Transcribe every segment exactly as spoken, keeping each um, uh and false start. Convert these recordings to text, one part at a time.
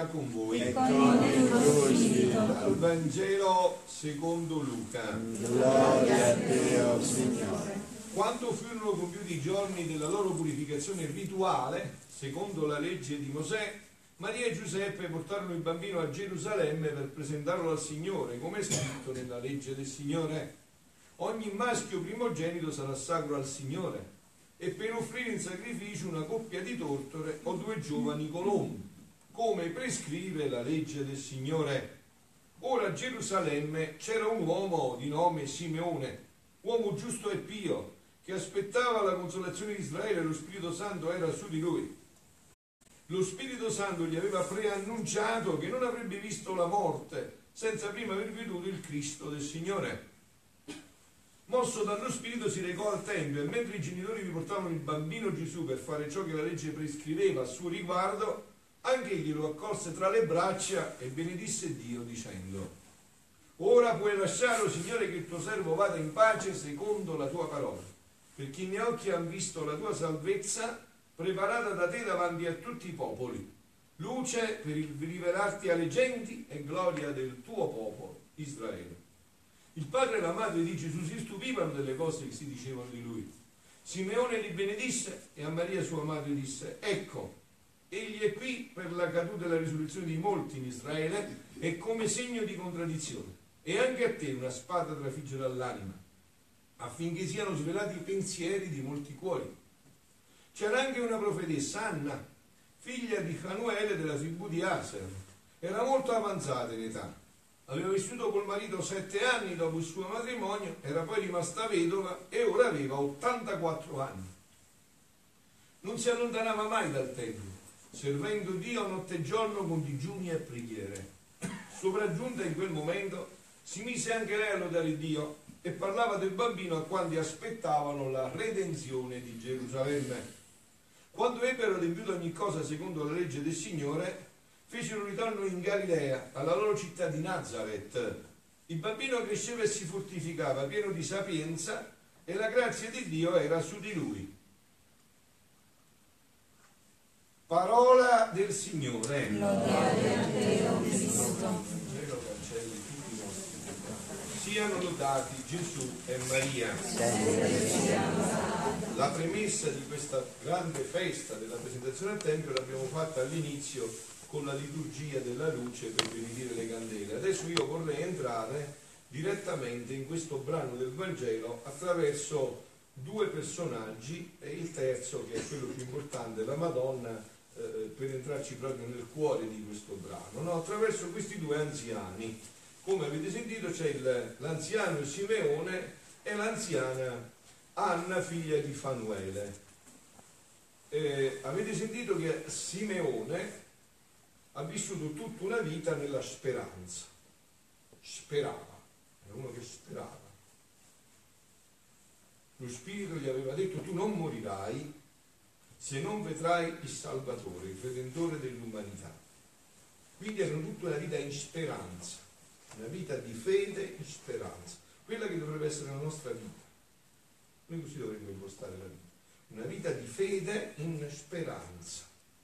sia con voi. E con il tuo spirito. Dal Vangelo secondo Luca. Gloria a te, o Signore. Quando furono compiuti i giorni della loro purificazione rituale, secondo la legge di Mosè, Maria e Giuseppe portarono il bambino a Gerusalemme per presentarlo al Signore, come è scritto nella legge del Signore. Ogni maschio primogenito sarà sacro al Signore, e per offrire in sacrificio una coppia di tortore o due giovani colombi, come prescrive la legge del Signore. Ora a Gerusalemme c'era un uomo di nome Simeone, uomo giusto e pio, che aspettava la consolazione di Israele, e lo Spirito Santo era su di lui. Lo Spirito Santo gli aveva preannunciato che non avrebbe visto la morte senza prima aver veduto il Cristo del Signore. Mosso dallo Spirito si recò al Tempio, e mentre i genitori vi portavano il bambino Gesù per fare ciò che la legge prescriveva a suo riguardo, anche egli lo accolse tra le braccia e benedisse Dio dicendo: ora puoi lasciare, o Signore, che il tuo servo vada in pace secondo la tua parola, perché i miei occhi hanno visto la tua salvezza preparata da te davanti a tutti i popoli, luce per il rivelarti alle genti e gloria del tuo popolo Israele. Il padre e la madre di Gesù si stupivano delle cose che si dicevano di lui. Simeone li benedisse e a Maria sua madre disse: ecco, egli è qui per la caduta e la risurrezione di molti in Israele, e come segno di contraddizione, e anche a te una spada trafigge dall'anima, affinché siano svelati i pensieri di molti cuori. C'era anche una profetessa, Anna, figlia di Fanuele della tribù di Aser. Era molto avanzata in età. Aveva vissuto col marito sette anni dopo il suo matrimonio, era poi rimasta vedova e ora aveva ottantaquattro anni. Non si allontanava mai dal Tempio, servendo Dio notte e giorno con digiuni e preghiere. Sopraggiunta in quel momento, si mise anche lei a lodare Dio e parlava del bambino a quanti aspettavano la redenzione di Gerusalemme. Quando ebbero adempiuto ogni cosa secondo la legge del Signore, fecero ritorno in Galilea, alla loro città di Nazaret. Il bambino cresceva e si fortificava, pieno di sapienza, e la grazia di Dio era su di lui. Parola del Signore. Gloria a te, o Cristo. Siano lodati Gesù e Maria. La premessa di questa grande festa della presentazione al Tempio l'abbiamo fatta all'inizio con la liturgia della luce per benedire le candele. Adesso io vorrei entrare direttamente in questo brano del Vangelo attraverso due personaggi, e il terzo, che è quello più importante, la Madonna, eh, per entrarci proprio nel cuore di questo brano, no? Attraverso questi due anziani. Come avete sentito, c'è l'anziano Simeone e l'anziana Anna, figlia di Fanuele. Eh, avete sentito che Simeone ha vissuto tutta una vita nella speranza. Sperava, era uno che sperava. Lo Spirito gli aveva detto: tu non morirai se non vedrai il Salvatore, il Redentore dell'umanità. Quindi era tutta una vita in speranza. Una vita di fede e speranza, quella che dovrebbe essere la nostra vita. Noi così dovremmo impostare la vita, una vita di fede in speranza.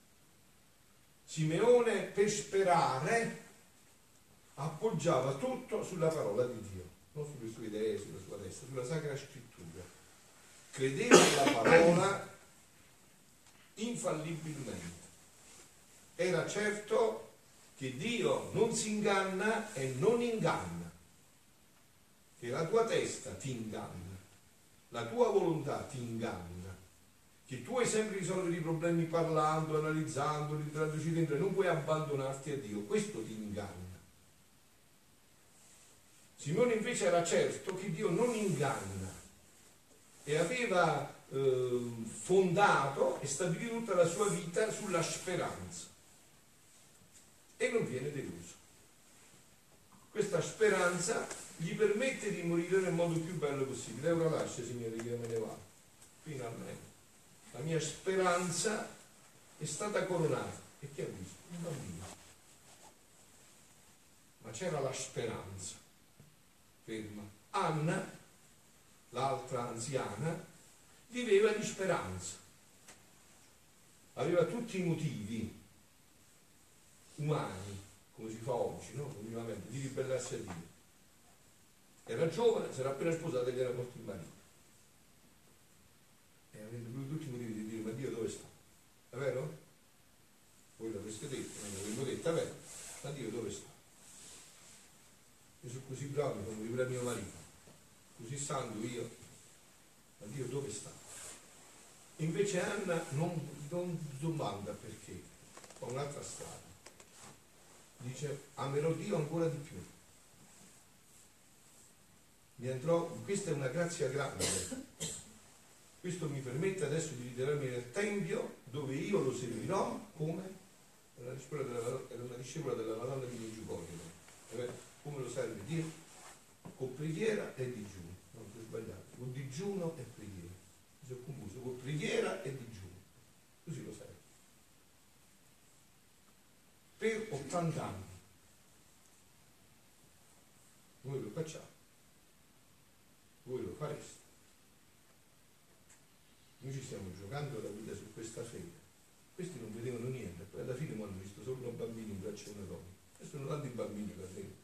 Simeone, per sperare, appoggiava tutto sulla parola di Dio, non sulle sue idee, sulla sua testa, sulla Sacra Scrittura. Credeva nella parola infallibilmente. Era certo che Dio non si inganna e non inganna, che la tua testa ti inganna, la tua volontà ti inganna, che tu hai sempre risolvere i problemi parlando, analizzando, ritrandoci dentro, e non puoi abbandonarti a Dio. Questo ti inganna. Simone invece era certo che Dio non inganna e aveva eh, fondato e stabilito tutta la sua vita sulla speranza. E non viene deluso. Questa speranza gli permette di morire nel modo più bello possibile. Ora lascia, Signore, che io me ne vado. Finalmente. La mia speranza è stata coronata. E chi ha visto? Un bambino. Ma c'era la speranza. Ferma. Anna, l'altra anziana, viveva di speranza. Aveva tutti i motivi umani, come si fa oggi, no? Continuamente, di ribellarsi a Dio. Era giovane, si era appena sposato e gli era morto il marito. E avendo lui tutti i motivi di dire: ma Dio dove sta? È vero? Voi l'avreste detto, non l'avremmo detto, è vero? Ma Dio dove sta? Io sono così bravo, come vivrà mio marito, così santo io, ma Dio dove sta? E invece Anna non, non domanda perché, fa un'altra strada. Dice: amerò Dio ancora di più. Mi andrò, questa è una grazia grande. Questo mi permette adesso di ritirarmi nel Tempio, dove io lo servirò come una discepola della, una discepola della Madonna di Medjugorje. Come lo serve Dio? Con preghiera e digiuno. Non ti sbagliate, con digiuno e preghiera. Mi sono confuso, con preghiera e digiuno. Così lo serve. Per ottanta anni. Noi lo facciamo. Voi lo fareste. Noi ci stiamo giocando la vita su questa fede. Questi non vedevano niente, poi alla fine mi hanno visto solo un bambino in braccio a una donna. E sono tanti bambini là dentro.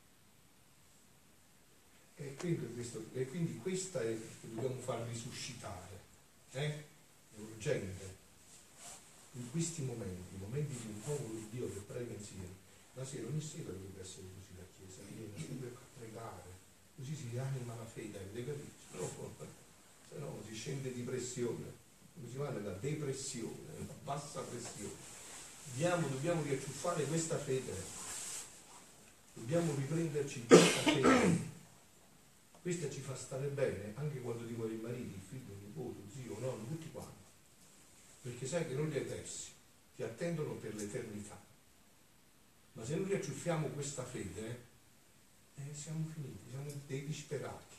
E quindi, questo, e quindi questa è che dobbiamo far risuscitare. Eh? È urgente. In questi momenti, i momenti di un popolo di Dio che prega insieme, la sera, ogni sera dovrebbe essere così la Chiesa, viene sempre a pregare, così si rianima la fede, avete capito? Se no, se no si scende di pressione, come si va nella depressione, nella bassa pressione. Dobbiamo, dobbiamo riacciuffare questa fede, dobbiamo riprenderci questa fede. Questa ci fa stare bene anche quando ti muore il marito, il figlio, il nipote, il zio, nonno, tutti quanti. Perché sai che non li hai persi, ti attendono per l'eternità. Ma se non riacciuffiamo questa fede, eh, siamo finiti, siamo dei disperati.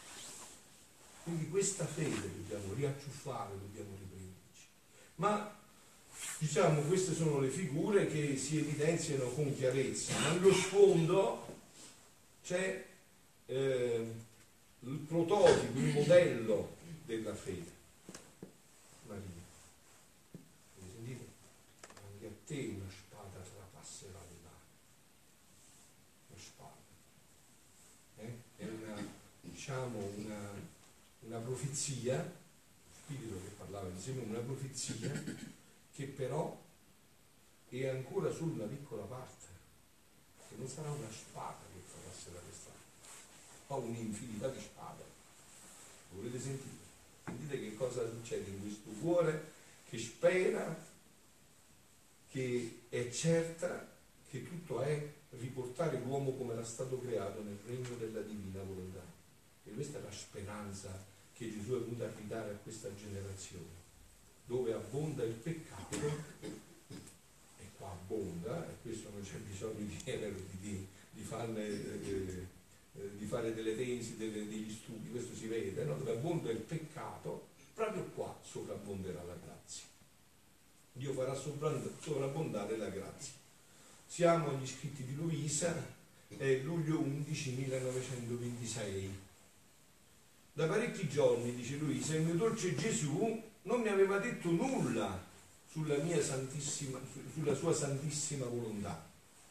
Quindi questa fede dobbiamo riacciuffare, dobbiamo riprenderci. Ma diciamo, queste sono le figure che si evidenziano con chiarezza, ma nello sfondo c'è eh, il prototipo, il modello della fede. Maria. Avete sentito? Anche a te una spada trapasserà le mani. Una spada. Eh? È una, diciamo, una, una profezia, spirito che parlava insieme, una profezia che però è ancora solo una piccola parte, che non sarà una spada che trapasserà le strade, ma un'infinità di spade. Volete sentire? Sentite che cosa succede in questo cuore che spera, che è certa che tutto è riportare l'uomo come era stato creato nel regno della divina volontà. E questa è la speranza che Gesù è venuto a ridare a questa generazione, dove abbonda il peccato, e qua abbonda, e questo non c'è bisogno di, di, di, farne, eh, di fare delle tesi, delle, degli studi, questo si vede, no? Dove abbonda il peccato, proprio qua sovrabbonderà la grazia. Dio farà sovrabbondare la grazia. Siamo agli scritti di Luisa, è luglio undici millenovecentoventisei. Da parecchi giorni, dice Luisa, il mio dolce Gesù non mi aveva detto nulla sulla mia santissima, sulla sua santissima volontà.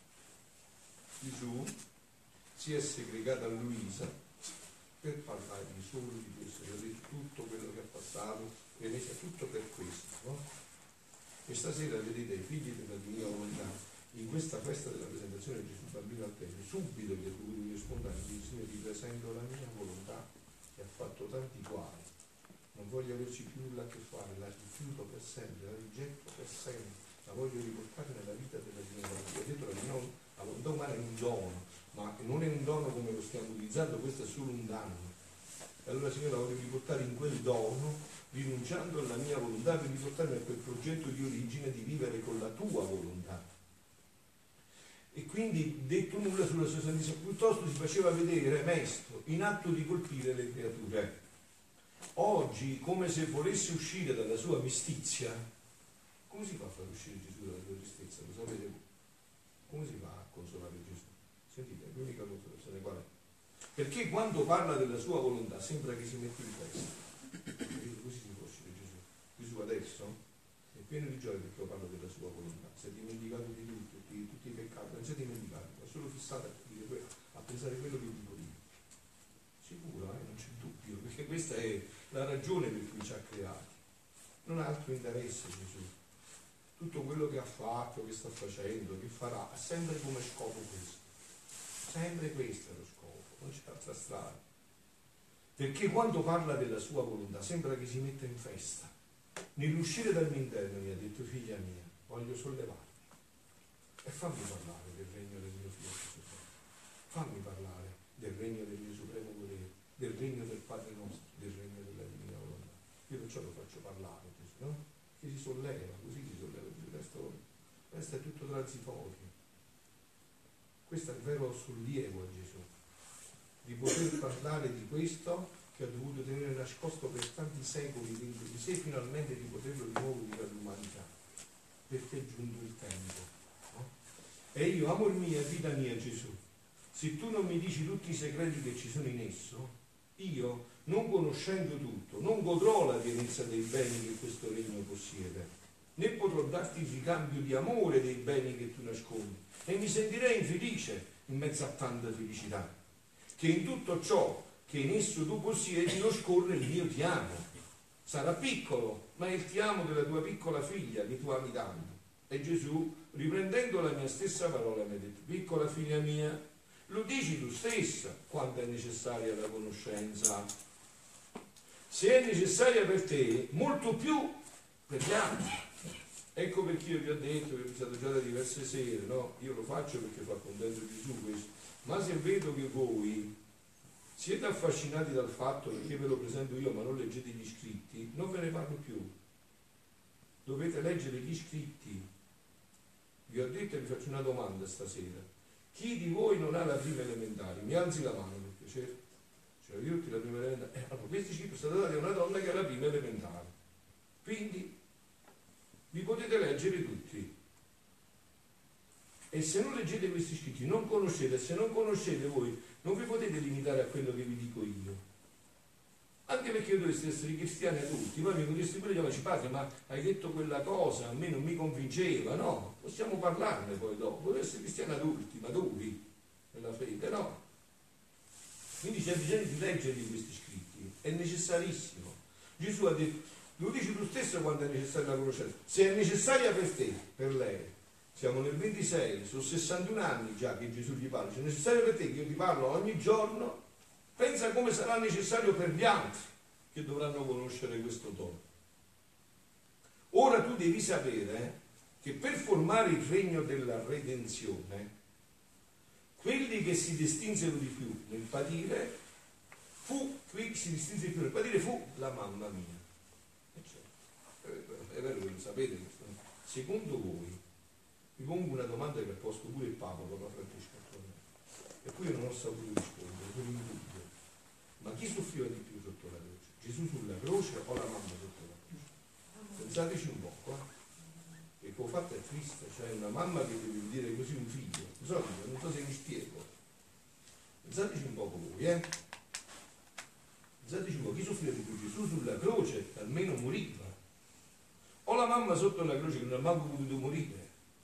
Gesù si è segregato a Luisa per parlargli solo di questo, gli ha detto tutto quello che ha passato, e ne sa tutto per questo, no? E stasera vedete i figli della divina volontà, in questa festa della presentazione di Gesù bambino al Tempio, subito gli ha dovuto rispondere: Signore, ti presento la mia volontà che ha fatto tanti guai, non voglio averci più nulla a che fare, la rifiuto per sempre, la rigetto per sempre, la voglio riportare nella vita della divina volontà. Ho detto la, mia, la volontà umana è un dono, ma non è un dono come lo stiamo utilizzando, questo è solo un danno. E allora, Signore, la voglio riportare in quel dono, rinunciando alla mia volontà, per riportarmi a quel progetto di origine di vivere con la tua volontà. E quindi, detto nulla sulla sua santissima, piuttosto si faceva vedere mesto in atto di colpire le creature. Oggi, come se volesse uscire dalla sua mestizia, come si fa a far uscire Gesù dalla sua tristezza? Lo sapete voi? Come si fa a consolare Gesù? Sentite, è l'unica consolazione qual è? Perché quando parla della sua volontà sembra che si mette in testa. Così si può uscire Gesù. Gesù adesso è pieno di gioia perché io parlo della sua volontà. Si è dimenticato di tutto, di tutto. non si è dimenticato, è solo fissato a, dire quello, a pensare quello che dico io. Sicuro, eh? Non c'è dubbio, perché questa è la ragione per cui ci ha creati. Non ha altro interesse Gesù. Tutto quello che ha fatto, che sta facendo, che farà, ha sempre come scopo questo. Sempre questo è lo scopo, non c'è altra strada. Perché quando parla della sua volontà sembra che si metta in festa. Nell'uscire dal mio interno mi ha detto: figlia mia, voglio sollevarmi e fammi parlare del regno del mio figlio Gesù. Fammi parlare del regno del mio supremo volere, del regno del Padre nostro, del regno della divina volontà. Io perciò lo faccio parlare Gesù, no? Che si solleva, così si solleva Gesù, il resto, il resto è tutto transitorio. Questo è il vero sollievo a Gesù, di poter parlare di questo che ha dovuto tenere nascosto per tanti secoli dentro di sé, finalmente di poterlo di nuovo dire all'umanità, perché è giunto il tempo, no? E io, amor mio, vita mia Gesù, se tu non mi dici tutti i segreti che ci sono in esso, io, non conoscendo tutto, non godrò la pienezza dei beni che questo regno possiede, né potrò darti il ricambio di amore dei beni che tu nascondi, e mi sentirei infelice in mezzo a tanta felicità, che in tutto ciò che in esso tu possiedi non scorre il mio ti amo. Sarà piccolo, ma è il ti amo della tua piccola figlia che tu ami tanto. E Gesù, riprendendo la mia stessa parola, mi ha detto: piccola figlia mia, lo dici tu stessa quanto è necessaria la conoscenza. Se è necessaria per te, molto più per gli altri. Ecco perché io vi ho detto, vi ho pensato già da diverse sere, no? Io lo faccio perché fa contento Gesù questo. Ma se vedo che voi siete affascinati dal fatto perché ve lo presento io ma non leggete gli scritti, non ve ne parlo più. Dovete leggere gli scritti. Vi ho detto e vi faccio una domanda stasera: chi di voi non ha la prima elementare? Mi alzi la mano per piacere. Cioè io tutti la prima elementare. Eh, allora, questi scritti sono stati dati a una donna che ha la prima elementare. Quindi vi potete leggere tutti. E se non leggete questi scritti, non conoscete, e se non conoscete voi, non vi potete limitare a quello che vi dico io. Anche perché dovreste essere cristiani adulti, poi mi potreste pure dire: padre, ma hai detto quella cosa, a me non mi convinceva. No, possiamo parlarne poi dopo. Dovreste essere cristiani adulti, maturi nella fede, no? Quindi c'è bisogno di leggere questi scritti, è necessarissimo. Gesù ha detto, lo dici tu stesso quando è necessaria la conoscenza. Se è necessaria per te, per lei, siamo nel ventisei, sono sessantuno anni già che Gesù gli parla, se è necessario per te che io ti parlo ogni giorno, pensa come sarà necessario per gli altri che dovranno conoscere questo dono. Ora tu devi sapere che per formare il regno della redenzione, quelli che si distinsero di più nel patire, fu, qui si distinse di più nel patire, fu la mamma mia. E certo, è vero che lo sapete, secondo voi, vi pongo una domanda che ha posto pure il Papa, Papa Francesco, e poi io non ho saputo rispondere, sono in dubbio. Ma chi soffriva di più sotto la croce? Gesù sulla croce o la mamma sotto la croce? Pensateci un po', eh? Perché ho fatto è triste, cioè una mamma che deve dire così un figlio, non so, non so se mi spiego. Pensateci un po' voi, eh? Pensateci un po', chi soffriva di più? Gesù sulla croce, almeno moriva. O la mamma sotto la croce che non ha mai potuto morire.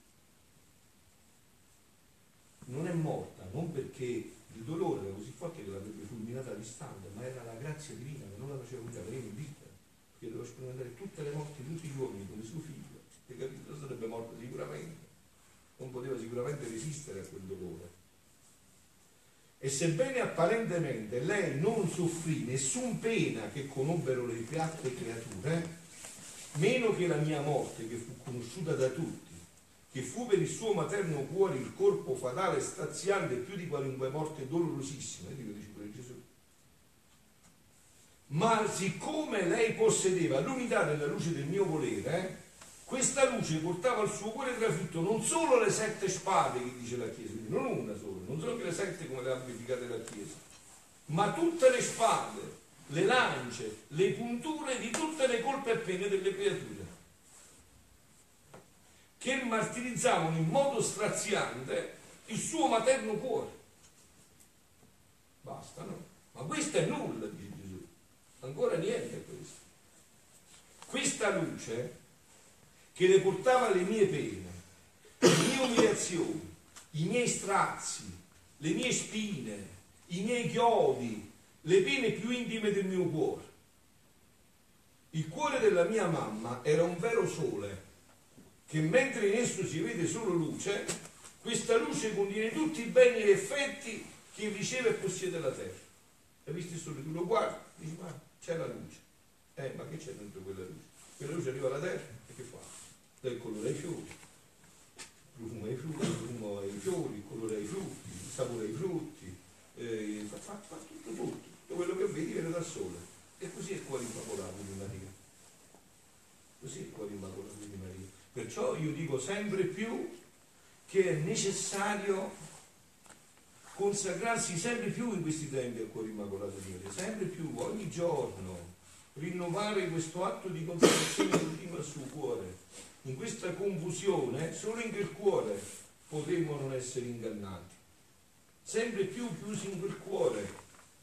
Non è morta, non perché il dolore era così forte che l'avrebbe fulminata all'istante, ma era la grazia divina che non la faceva morire, la teneva in vita, perché doveva sperimentare tutte le morti tutti i giorni come suo figlio, e capito? Sarebbe morto sicuramente, non poteva sicuramente resistere a quel dolore. E sebbene apparentemente lei non soffrì nessun pena che conobbero le piatte creature, meno che la mia morte, che fu conosciuta da tutti, che fu per il suo materno cuore il corpo fatale straziante più di qualunque morte dolorosissima, e dico, dice pure Gesù. Ma siccome lei possedeva l'unità della luce del mio volere, eh, questa luce portava al suo cuore trafitto non solo le sette spade che dice la Chiesa, non una sola, non solo che le sette come le ha amplificate la Chiesa, ma tutte le spade, le lance, le punture di tutte le colpe e pene delle creature, che martirizzavano in modo straziante il suo materno cuore. Basta, no? Ma questo è nulla, dice Gesù. Ancora niente questo. Questa luce che le portava le mie pene, le mie umiliazioni, i miei strazi, le mie spine, i miei chiodi, le pene più intime del mio cuore. Il cuore della mia mamma era un vero sole, che mentre in esso si vede solo luce, questa luce contiene tutti i beni e effetti che riceve e possiede la terra. Hai visto il sole? Tu lo guardi, dici, ma c'è la luce. Eh, ma che c'è dentro quella luce? Quella luce arriva alla terra e che fa? Dà il colore ai fiori, il profumo ai frutti, il profumo ai fiori, il colore ai frutti, il sapore ai frutti, eh, fa, fa, fa tutto, tutto. Tutto quello che vedi viene dal sole. E così è il cuore immacolato di Maria. Così è il cuore immacolato di Maria. Perciò io dico sempre più che è necessario consacrarsi sempre più in questi tempi al cuore immacolato di Maria, sempre più, ogni giorno, rinnovare questo atto di consacrazione continua al suo cuore. In questa confusione, solo in quel cuore potremmo non essere ingannati. Sempre più chiusi in quel cuore.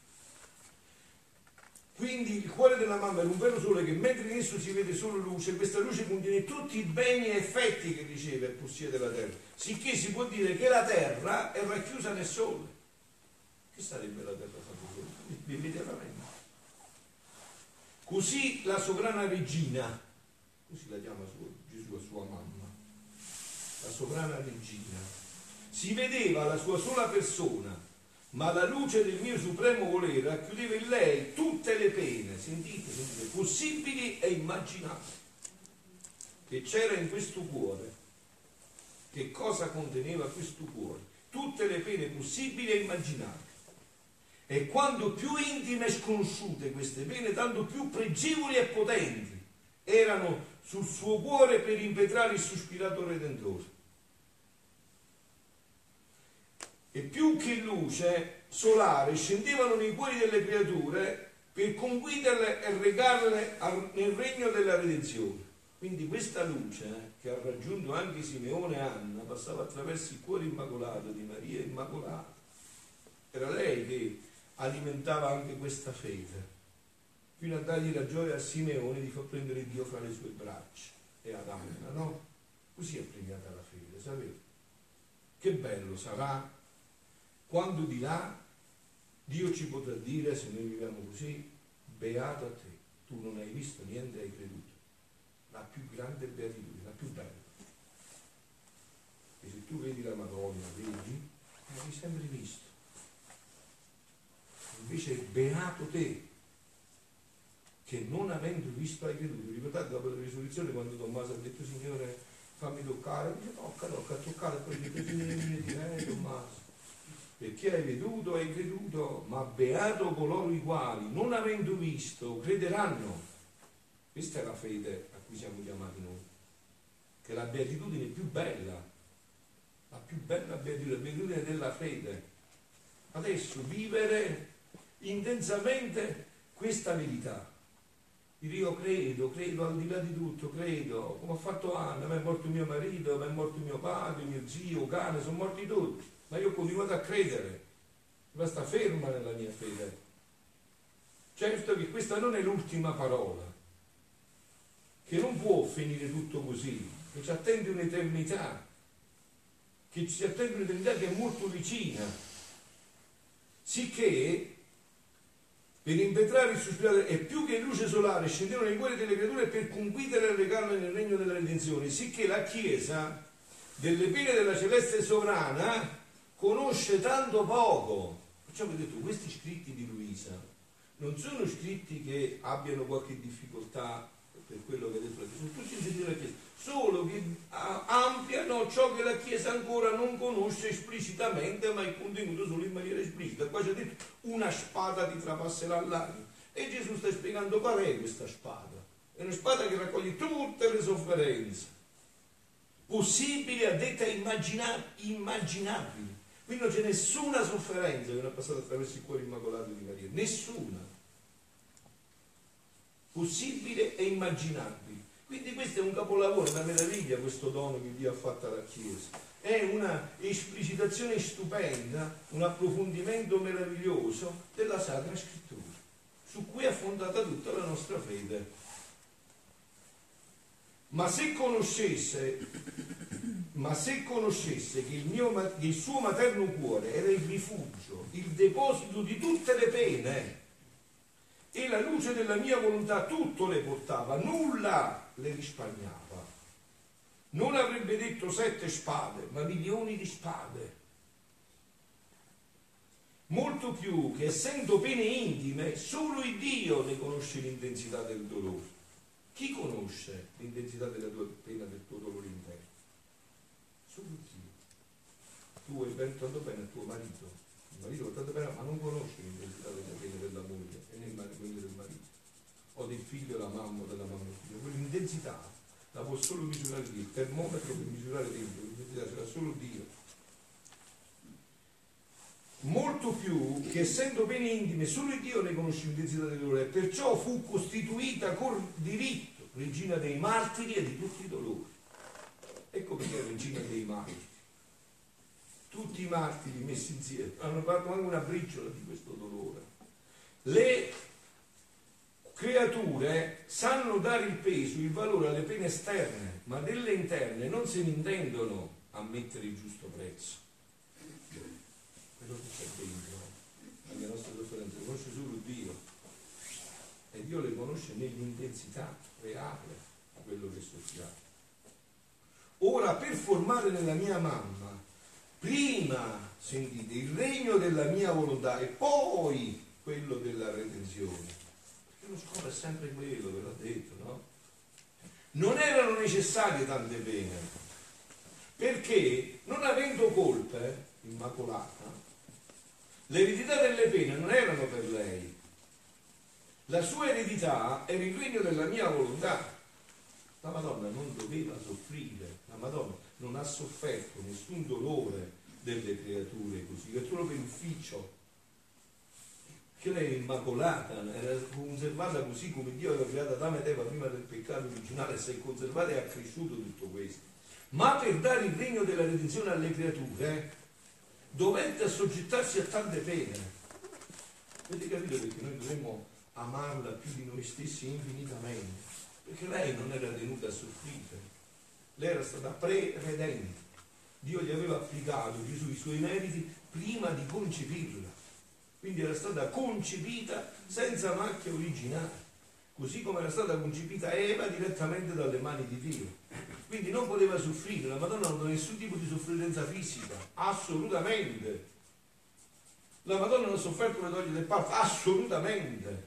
Quindi il cuore della mamma era un vero sole che mentre in esso si vede solo luce, questa luce contiene tutti i beni e effetti che riceve e possiede la terra, sicché si può dire che la terra è racchiusa nel sole. Che sarebbe la terra fatta sole? Immediatamente. Così la sovrana regina, così la chiama Gesù a sua mamma, la sovrana regina, si vedeva la sua sola persona, ma la luce del mio supremo volere racchiudeva in lei tutte le pene, sentite, sentite, possibili e immaginabili, che c'era in questo cuore. Che cosa conteneva questo cuore? Tutte le pene possibili e immaginabili. E quanto più intime e sconosciute queste pene, tanto più pregevoli e potenti erano sul suo cuore per impetrare il sospirato Redentore. E più che luce solare scendevano nei cuori delle creature per conquiderle e regarle nel regno della redenzione. Quindi questa luce eh, che ha raggiunto anche Simeone e Anna passava attraverso il cuore immacolato di Maria Immacolata. Era lei che alimentava anche questa fede, fino a dargli la gioia a Simeone di far prendere Dio fra le sue braccia e ad Anna, no? Così è premiata la fede, sapete? Che bello sarà quando di là Dio ci potrà dire, se noi viviamo così, beato a te, tu non hai visto niente, hai creduto. La più grande beatitudine, la più bella. E se tu vedi la Madonna, vedi, hai sempre visto. Invece beato te, che non avendo visto hai creduto. Vi ricordate dopo la risurrezione quando Tommaso ha detto Signore fammi toccare? Dice tocca, tocca, toccare, e poi dice Signore mio, eh Tommaso. Perché hai veduto, hai creduto, ma beato coloro i quali, non avendo visto, crederanno. Questa è la fede a cui siamo chiamati noi, che è la beatitudine più bella, la più bella beatitudine, la beatitudine della fede. Adesso vivere intensamente questa verità. Io credo, credo al di là di tutto, credo, come ha fatto Anna, mi è morto mio marito, mi è morto mio padre, mio zio, cane, sono morti tutti. Ma io ho continuato a credere, basta ferma nella mia fede. Certo che questa non è l'ultima parola, che non può finire tutto così, che ci attende un'eternità, che ci attende un'eternità che è molto vicina, sicché per impetrare il sospirato e più che luce solare scendevano nei cuori delle creature per conquitere e regarle nel regno della redenzione, sicché la Chiesa delle pene della celeste sovrana conosce tanto poco. Perciò vi ho detto, questi scritti di Luisa non sono scritti che abbiano qualche difficoltà per quello che ha detto la Chiesa, sono tutti scritti della Chiesa, solo che ampliano ciò che la Chiesa ancora non conosce esplicitamente, ma è contenuto solo in maniera esplicita. Qua c'è detto una spada ti trapasserà l'anima, e Gesù sta spiegando qual è questa spada. È una spada che raccoglie tutte le sofferenze possibili, a detta immagina- immaginabili. Qui non c'è nessuna sofferenza che non è passata attraverso il cuore immacolato di Maria, nessuna, possibile e immaginabile. Quindi questo è un capolavoro, una meraviglia, questo dono che Dio ha fatto alla Chiesa. È una esplicitazione stupenda, un approfondimento meraviglioso della Sacra Scrittura, su cui è fondata tutta la nostra fede. Ma se conoscesse ma se conoscesse che il, mio, che il suo materno cuore era il rifugio, il deposito di tutte le pene, e la luce della mia volontà tutto le portava, nulla le risparmiava, non avrebbe detto sette spade, ma milioni di spade. Molto più che essendo pene intime, solo il Dio ne conosce l'intensità del dolore. Chi conosce l'intensità della tua pena, del tuo dolore interno? Solo Dio. Tu vuoi ben tanto bene al tuo marito, il marito va tanto bene, ma non conosce l'intensità della pena della moglie e nemmeno quella del marito, o del figlio, la mamma o della mamma del figlio. Quell'intensità la può solo misurare Dio, il termometro per misurare dentro, l'intensità ce l'ha solo Dio. Molto più che essendo pene intime, solo il Dio ne conosce l'intensità del dolore, perciò fu costituita con diritto regina dei martiri e di tutti i dolori. Ecco perché è regina dei martiri. Tutti i martiri messi insieme hanno fatto anche una briciola di questo dolore. Le creature sanno dare il peso, il valore alle pene esterne, ma delle interne non se ne intendono a mettere il giusto prezzo. Quello che c'è dentro, alle nostre sofferenze, le conosce solo Dio, e Dio le conosce nell'intensità reale di quello che soffriamo. Ora, per formare nella mia mamma prima, sentite, il regno della mia volontà e poi quello della redenzione, perché lo scopo è sempre quello, ve l'ho detto, no? Non erano necessarie tante pene, perché non avendo colpe, immacolata, l'eredità delle pene non erano per lei. La sua eredità era il regno della mia volontà. La Madonna non doveva soffrire, la Madonna non ha sofferto nessun dolore delle creature così, è solo per ufficio. Che lei è immacolata, era conservata così come Dio aveva creata Adamo ed Eva prima del peccato originale, si è conservata e ha cresciuto tutto questo. Ma per dare il regno della redenzione alle creature, dovette assoggettarsi a tante pene. Avete capito perché noi dovremmo amarla più di noi stessi infinitamente? Perché lei non era tenuta a soffrire, lei era stata pre-redente. Dio gli aveva applicato Gesù i suoi meriti prima di concepirla, quindi era stata concepita senza macchia originale, così come era stata concepita Eva direttamente dalle mani di Dio. Quindi non poteva soffrire, la Madonna non aveva nessun tipo di sofferenza fisica, assolutamente. La Madonna non ha sofferto le doglie del parto, assolutamente.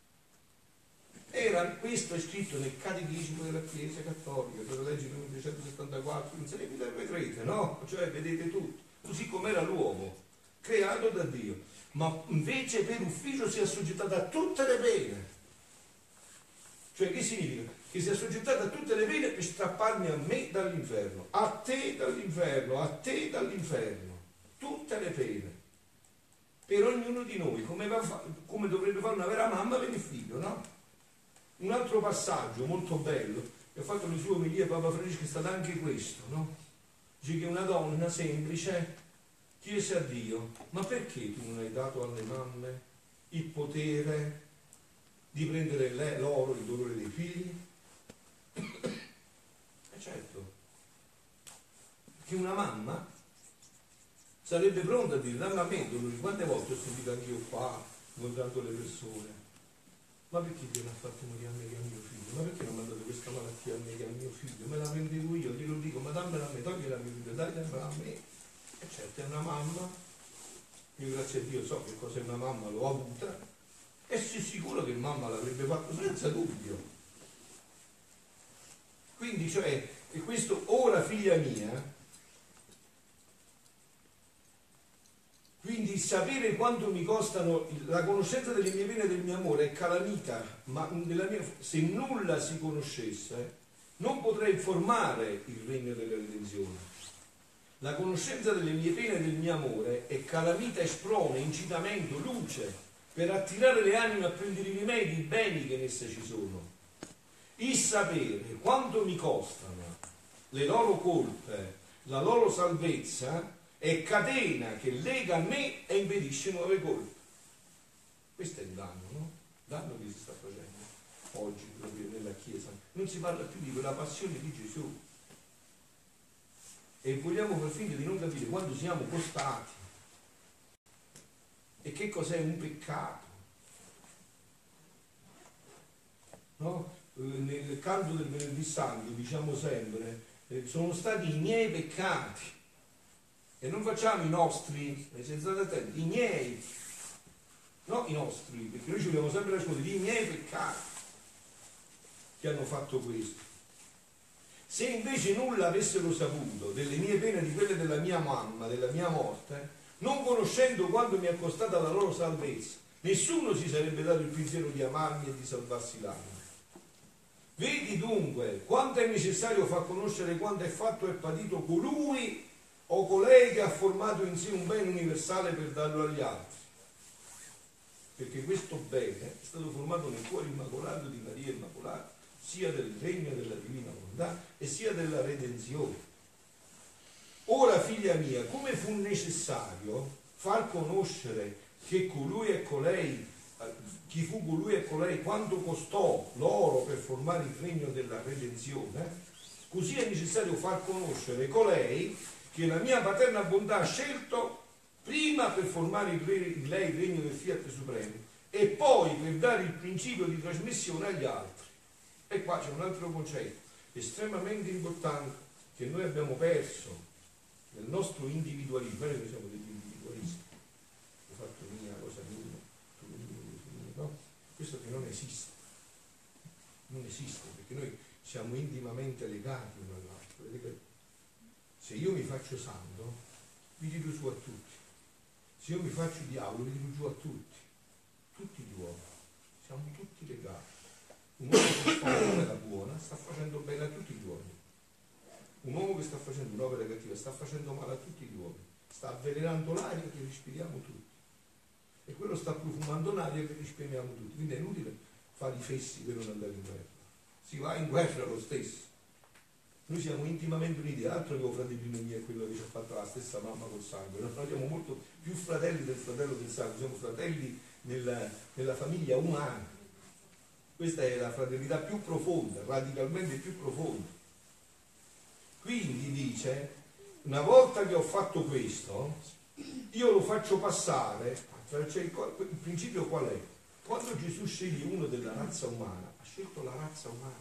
Era, questo è scritto nel Catechismo della Chiesa Cattolica, per la legge numero trecentosettantaquattro, in seguito vedrete, no? Cioè vedete tutto, così come era l'uomo, creato da Dio, ma invece per ufficio si è assoggettato a tutte le pene. Cioè che significa? Che si è assoggettata a tutte le pene per strapparmi a me dall'inferno, a te dall'inferno, a te dall'inferno, tutte le pene, per ognuno di noi, come, va, come dovrebbe fare una vera mamma per il figlio, no? Un altro passaggio molto bello che ha fatto le sue omelie Papa Francesco è stato anche questo, no? Dice che una donna semplice chiese a Dio: ma perché tu non hai dato alle mamme il potere di prendere loro il dolore dei figli? E certo, che una mamma sarebbe pronta a dire: dammi a me dolore. Quante volte ho sentito anch'io qua, incontrando le persone: ma perché Dio non ha fatto morire a me che a mio figlio? Ma perché non mi ha dato questa malattia a me che a mio figlio? Me la prendevo io, glielo dico, ma dammela a me, togliela a mio figlio, dai, dammela a me. E certo, è una mamma, io grazie a Dio so che cosa è una mamma, l'ho avuta, e sono sicuro che mamma l'avrebbe fatto senza dubbio. Quindi, cioè, e questo, ora figlia mia, quindi sapere quanto mi costano, la conoscenza delle mie pene e del mio amore è calamita, ma nella mia, se nulla si conoscesse non potrei formare il regno della redenzione. La conoscenza delle mie pene e del mio amore è calamita, esprone, incitamento, luce per attirare le anime a prendere i rimedi, i beni che in esse ci sono. Il sapere quanto mi costano le loro colpe, la loro salvezza, è catena che lega a me e impedisce nuove colpe. Questo è il danno, no? Il danno che si sta facendo oggi proprio nella Chiesa. Non si parla più di quella passione di Gesù. e vogliamo far finta di non capire quando siamo costati e che cos'è un peccato. No? Eh, nel canto del venerdì santo diciamo sempre eh, sono stati i miei peccati, e non facciamo i nostri, siete stati attenti, i miei, no i nostri, perché noi ci vogliamo sempre nascondere i miei peccati che hanno fatto questo. Se invece nulla avessero saputo delle mie pene, di quelle della mia mamma, della mia morte, non conoscendo quanto mi è costata la loro salvezza, nessuno si sarebbe dato il pensiero di amarmi e di salvarsi l'anima. Vedi dunque quanto è necessario far conoscere quanto è fatto e patito colui o colei che ha formato in sé un bene universale per darlo agli altri. Perché questo bene è stato formato nel cuore immacolato di Maria Immacolata, sia del regno della divina volontà e sia della redenzione. Ora, figlia mia, come fu necessario far conoscere che colui e colei, chi fu colui e colei, quanto costò l'oro per formare il regno della redenzione, così è necessario far conoscere colei che la mia paterna bontà ha scelto prima per formare il re, in lei il regno del Fiat Supremo e poi per dare il principio di trasmissione agli altri. E qua c'è un altro concetto estremamente importante che noi abbiamo perso nel nostro individualismo. Noi siamo degli individualisti, ho fatto mia, cosa mia, tu mia, no? Questo che non esiste, non esiste, perché noi siamo intimamente legati uno all'altro. Se io mi faccio santo, vi tiro su a tutti. Se io mi faccio diavolo, vi tiro giù a tutti. Tutti gli uomini, siamo tutti legati. Un uomo che fa un'opera buona sta facendo bene a tutti gli uomini. Un uomo che sta facendo un'opera cattiva sta facendo male a tutti gli uomini. Sta avvelenando l'aria che respiriamo tutti. E quello sta profumando l'aria che respiriamo tutti. Quindi è inutile fare i fessi per non andare in guerra. Si va in guerra lo stesso. Noi siamo intimamente uniti, altro che il fratellino mio è quello che ci ha fatto la stessa mamma col sangue. Noi siamo molto più fratelli del fratello del sangue, siamo fratelli nella, nella famiglia umana. Questa è la fraternità più profonda, radicalmente più profonda. Quindi dice, una volta che ho fatto questo, io lo faccio passare, cioè il, il principio qual è? Quando Gesù sceglie uno della razza umana, ha scelto la razza umana.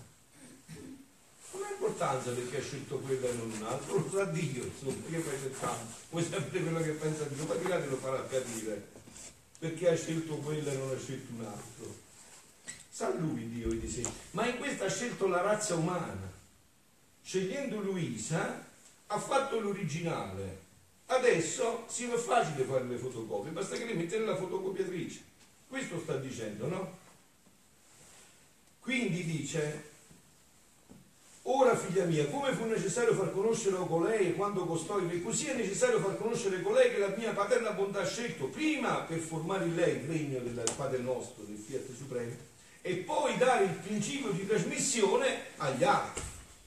Non ha importanza perché ha scelto quello e non un altro, lo sa Dio, insomma, che fai cercando? Vuoi sempre quello che pensa Dio, ma magari lo farà capire perché ha scelto quello e non ha scelto un altro. Sa lui Dio i disegni, ma in questo ha scelto la razza umana. Scegliendo Luisa ha fatto l'originale. Adesso si fa facile fare le fotocopie, basta che le mette nella fotocopiatrice. Questo sta dicendo, no? Quindi dice, ora figlia mia, come fu necessario far conoscere colei e quando costò il re, così è necessario far conoscere colei che la mia paterna bontà ha scelto prima per formare in lei il regno del Padre nostro, del Fiat Supremo, e poi dare il principio di trasmissione agli altri.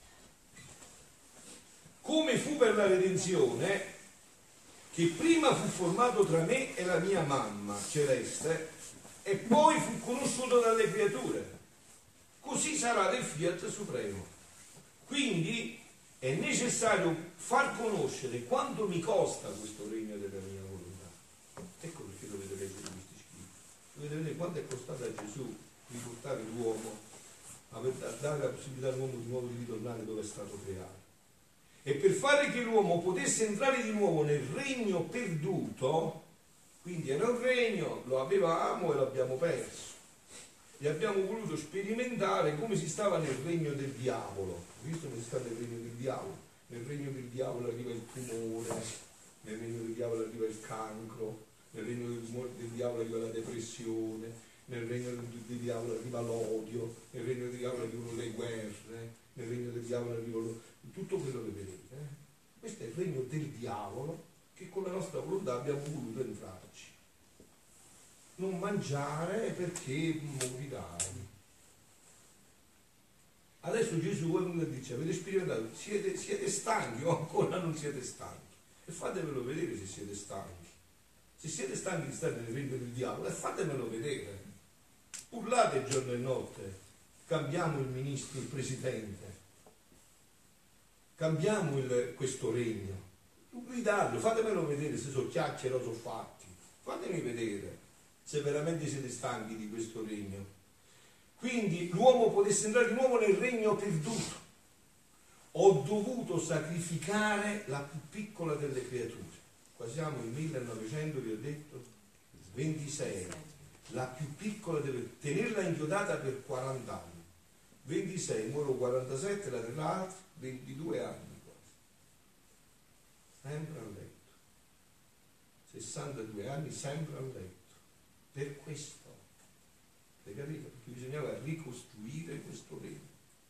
Come fu per la redenzione, che prima fu formato tra me e la mia mamma celeste e poi fu conosciuto dalle creature, così sarà del Fiat Supremo. Quindi è necessario far conoscere quanto mi costa questo regno della mia volontà. Ecco perché dovete leggere questi scritti, dovete vedere quanto è costato a Gesù di portare l'uomo, a dare la possibilità all'uomo di nuovo di ritornare dove è stato creato. E per fare che l'uomo potesse entrare di nuovo nel regno perduto, quindi era un regno, lo avevamo e l'abbiamo perso, e abbiamo voluto sperimentare come si stava nel regno del diavolo. Visto come si sta nel regno del diavolo? Nel regno del diavolo arriva il tumore, nel regno del diavolo arriva il cancro, nel regno del, del diavolo arriva la depressione, nel regno del, del diavolo arriva l'odio, nel regno del diavolo arrivano le guerre, nel regno del diavolo arriva lo, tutto quello che vedete. Eh? Questo è il regno del diavolo che con la nostra volontà abbiamo voluto entrarci. Non mangiare perché morirai. Adesso Gesù è venuto e dice, avete sperimentato, siete, siete stanchi o ancora non siete stanchi? E fatevelo vedere se siete stanchi. Se siete stanchi di stare nel regno del diavolo, e fatemelo vedere. Urlate giorno e notte, cambiamo il ministro, il presidente, cambiamo il, questo regno. Gridarlo, fatemelo vedere se sono chiacchiere o sono fatti, fatemi vedere se veramente siete stanchi di questo regno. Quindi l'uomo potesse entrare di nuovo nel regno perduto. Ho dovuto sacrificare la più piccola delle creature. Qua siamo nel millenovecento, vi ho detto, ventisei, la più piccola delle, tenerla inchiodata per quaranta anni. ventisei, muoro quarantasette, la dell'altra, ventidue anni. Sempre a letto, sessantadue anni sempre a letto, per questo, hai capito? Perché bisognava ricostruire questo regno.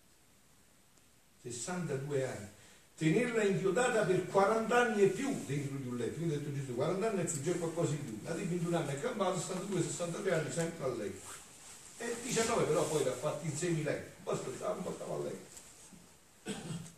sessantadue anni, tenerla inchiodata per quaranta anni e più dentro di un letto. Quindi ho detto Gesù, quaranta anni e più, già qualcosa in più, la di ventun anni è cambiato, sessantadue sessantatré anni sempre a letto, e diciannove però poi l'ha fatto in semi letto, poi stava un po' stava a letto,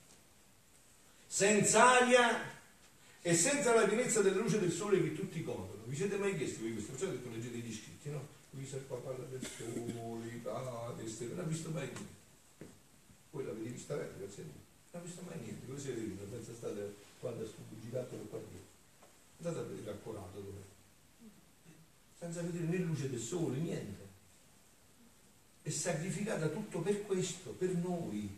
senza aria e senza la pienezza della luce del sole che tutti godono. Vi siete mai chiesti voi questo? Perciò ho detto, leggete gli scritti, no? Luisa qua parla del sole, cade, stelle, non ha visto mai niente. Voi l'avete vista vecchia, grazie a Dio. Non ha visto mai niente, come siete venuti? Pensa state quando è stato girato per qua dietro. Andate a vedere accorato dove. Senza vedere né luce del sole, niente. È sacrificata tutto per questo, per noi.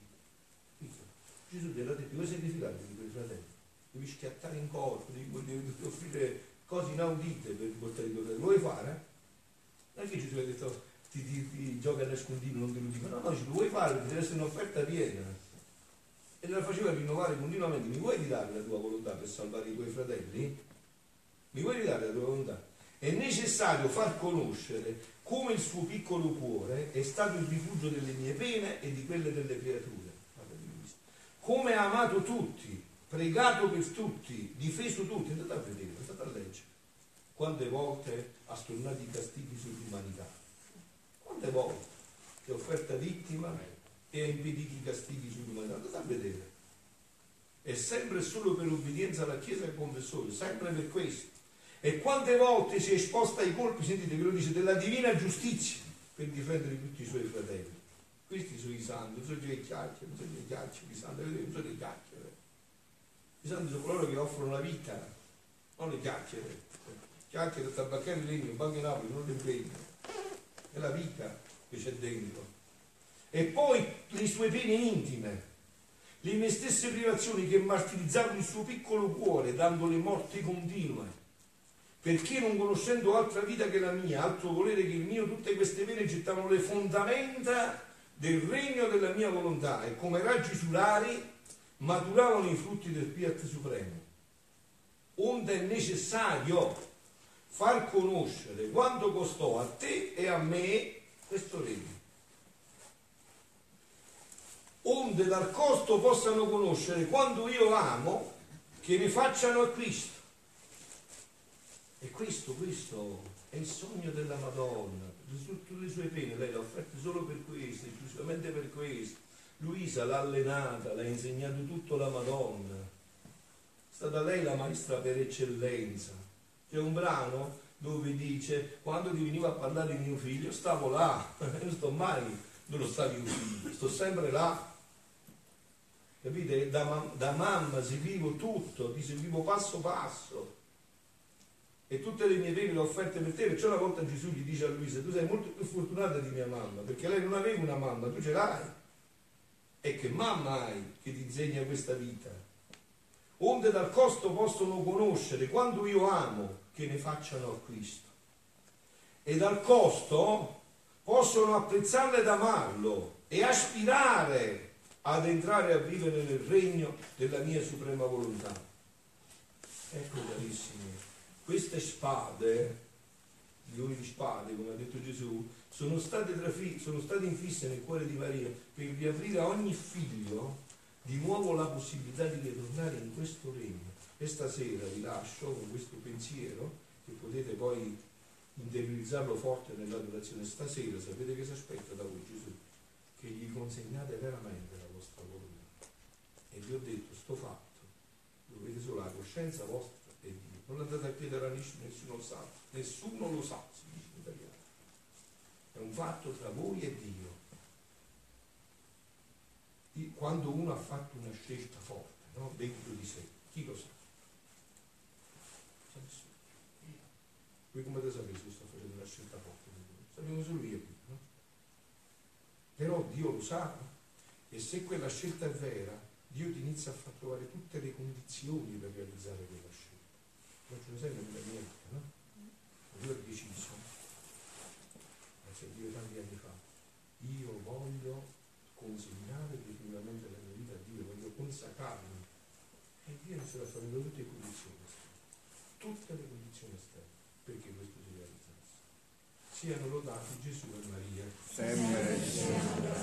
Gesù gliel'ha detto, vuoi sacrificare per i tuoi fratelli? Devi schiattare in corpo, devi, devi offrire cose inaudite per portare i tuoi fratelli. Lo vuoi fare? Non è che Gesù ha detto ti, ti, ti gioca a nascondino, non te lo dico. No, no, ce lo vuoi fare perché deve essere un'offerta piena. E la faceva rinnovare continuamente. Mi vuoi ridare la tua volontà per salvare i tuoi fratelli? Mi vuoi ridare la tua volontà? È necessario far conoscere come il suo piccolo cuore è stato il rifugio delle mie pene e di quelle delle creature. Come ha amato tutti, pregato per tutti, difeso tutti. Andate a vedere, andate a leggere quante volte ha stornato i castighi sull'umanità, quante volte che ha offerta vittima e ha impedito i castighi sull'umanità. Andate a vedere, è sempre solo per obbedienza alla Chiesa e al confessore, sempre per questo. E quante volte si è esposta ai colpi, sentite che lo dice, della divina giustizia per difendere tutti i suoi fratelli. Questi sono i santi, non sono delle chiacchiere, non sono delle chiacchiere, i santi, vedete, non sono delle chiacchiere. I santi sono coloro che offrono la vita, non le chiacchiere. Chiacchiere, tabacchiere, legno, banco in Napoli, non le impegno. È la vita che c'è dentro. E poi le sue pene intime, le mie stesse privazioni che martirizzavano il suo piccolo cuore, dandole morte continue. Perché non conoscendo altra vita che la mia, altro volere che il mio, tutte queste pene gettavano le fondamenta del regno della mia volontà e come raggi solari maturavano i frutti del Fiat Supremo. Onde è necessario far conoscere quanto costò a te e a me questo regno. Onde dal costo possano conoscere quanto io amo, che ne facciano acquisto. E questo, questo è il sogno della Madonna. Tutte le sue pene lei le ha offerte solo per questo, esclusivamente per questo. Luisa l'ha allenata, l'ha insegnato tutto la Madonna. È stata lei la maestra per eccellenza. C'è un brano dove dice, quando ti veniva a parlare di mio figlio, stavo là, non sto mai dove sta mio figlio, sto sempre là. Capite? Da, da mamma seguivo tutto, ti seguivo passo passo. E tutte le mie pene le ho offerte per te, perciò una volta Gesù gli dice a Luisa, tu sei molto più fortunata di mia mamma, perché lei non aveva una mamma, tu ce l'hai. E che mamma hai che ti insegna questa vita? Onde dal costo possono conoscere quando io amo, che ne facciano acquisto. E dal costo possono apprezzarlo ed amarlo e aspirare ad entrare a vivere nel regno della mia suprema volontà. Ecco, carissimi, queste spade, gli uomini di spade, come ha detto Gesù, sono state, trafi- sono state infisse nel cuore di Maria per riaprire a ogni figlio di nuovo la possibilità di ritornare in questo regno. E stasera vi lascio con questo pensiero, che potete poi interiorizzarlo forte nell'adorazione. Stasera sapete che si aspetta da voi Gesù? Che gli consegnate veramente la vostra volontà. E vi ho detto, sto fatto, lo vedete solo la coscienza vostra e Dio. Non andate a chiedere a nessuno, nessuno lo sa, nessuno lo sa, si dice in italiano. È un fatto tra voi e Dio. Quando uno ha fatto una scelta forte, no? Dentro di sé. Chi lo sa? Sa nessuno. Voi come te sapete se sto facendo una scelta forte? Sapevo solo io, no? Però Dio lo sa, e se quella scelta è vera, Dio ti inizia a far trovare tutte le condizioni per realizzare quella scelta. Non ce ne sei nemmeno niente, no? Dio ha deciso, grazie a Dio tanti anni fa, io voglio consegnare definitivamente la mia vita a Dio, voglio consacrarmi. E Dio inizia a fare tutte le condizioni esterne, tutte le condizioni esterne, perché questo si realizzasse. Siano lodati Gesù e Maria. Sempre